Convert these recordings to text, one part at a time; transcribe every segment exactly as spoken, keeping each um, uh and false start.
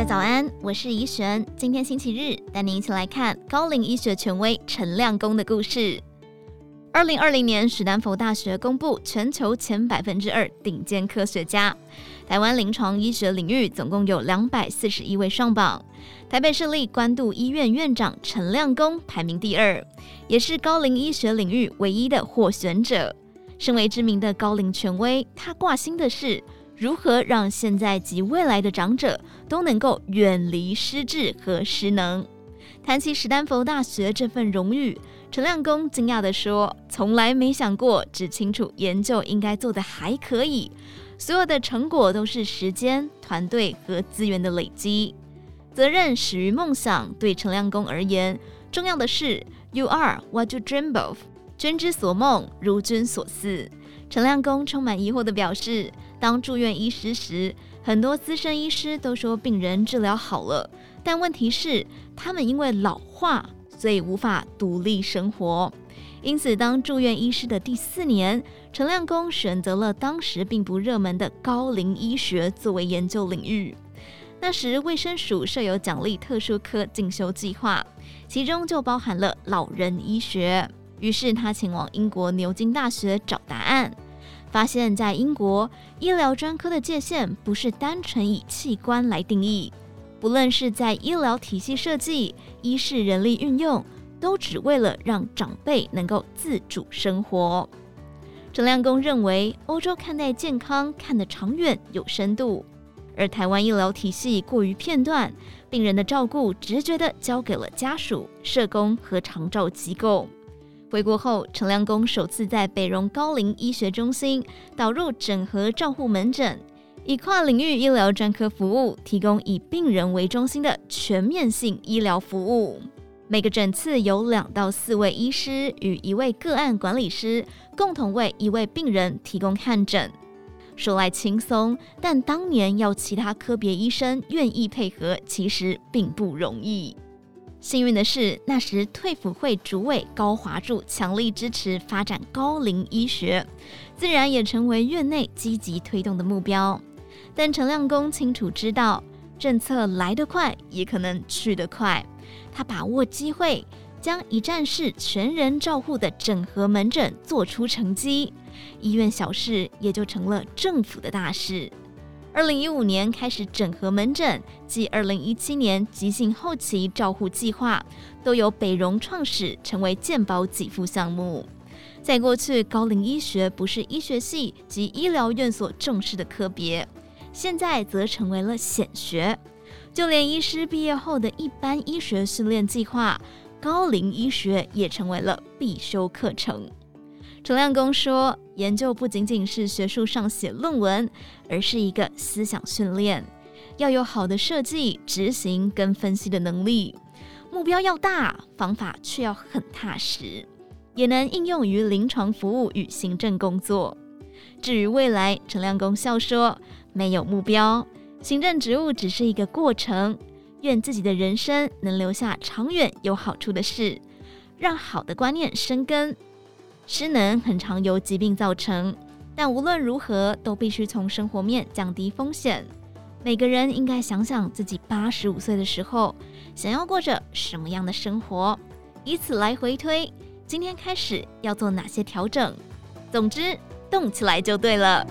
家早安，我是怡璇。今天星期日，带您一起来看高龄医学权威陈亮公的故事。二零二零年，史丹佛大学公布全球前百分之二顶尖科学家，台湾临床医学领域总共有两百四十一位上榜。台北市立关渡医院院长陈亮公排名第二，也是高龄医学领域唯一的获选者。身为知名的高龄权威，他挂心的是如何让现在及未来的长者都能够远离失智和失能。谈起史丹佛大学这份荣誉，陈亮公惊讶地说，从来没想过，只清楚研究应该做得还可以，所有的成果都是时间、团队和资源的累积。责任始于梦想，对陈亮公而言，重要的是 You are what you dream of， 君之所梦，如君所思。陈亮公充满疑惑地表示，当住院医师时，很多资深医师都说病人治疗好了，但问题是他们因为老化，所以无法独立生活。因此当住院医师的第四年，陈亮公选择了当时并不热门的高龄医学作为研究领域。那时卫生署设有奖励特殊科进修计划，其中就包含了老人医学。于是他前往英国牛津大学找答案，发现在英国，医疗专科的界限不是单纯以器官来定义，不论是在医疗体系设计、医事人力运用，都只为了让长辈能够自主生活。陈亮公认为，欧洲看待健康看得长远有深度，而台湾医疗体系过于片段，病人的照顾直觉地交给了家属、社工和长照机构。回国后，陈亮公首次在北荣高龄医学中心导入整合照护门诊，以跨领域医疗专科服务，提供以病人为中心的全面性医疗服务。每个诊次有两到四位医师与一位个案管理师共同为一位病人提供看诊。说来轻松，但当年要其他科别医生愿意配合，其实并不容易。幸运的是，那时退辅会主委高华柱强力支持发展高龄医学，自然也成为院内积极推动的目标。但陈亮公清楚知道，政策来得快，也可能去得快。他把握机会，将一站式全人照护的整合门诊做出成绩，医院小事也就成了政府的大事。二零一五年开始整合门诊，继二零一七年急性后期照护计划，都由北荣创始，成为健保给付项目。在过去，高龄医学不是医学系及医疗院所重视的科别，现在则成为了显学。就连医师毕业后的一般医学训练计划，高龄医学也成为了必修课程。陈亮公说，研究不仅仅是学术上写论文，而是一个思想训练，要有好的设计、执行跟分析的能力。目标要大，方法却要很踏实，也能应用于临床服务与行政工作。至于未来，陈亮公笑说，没有目标，行政职务只是一个过程，愿自己的人生能留下长远有好处的事，让好的观念生根。失能很常由疾病造成，但无论如何都必须从生活面降低风险。每个人应该想想自己八十五岁的时候想要过着什么样的生活，以此来回推今天开始要做哪些调整。总之，动起来就对了。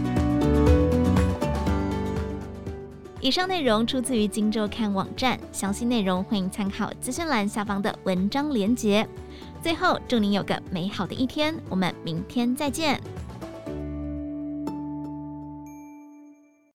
以上内容出自于今周刊网站，详细内容欢迎参考资讯栏下方的文章连结。最后，祝您有个美好的一天，我们明天再见。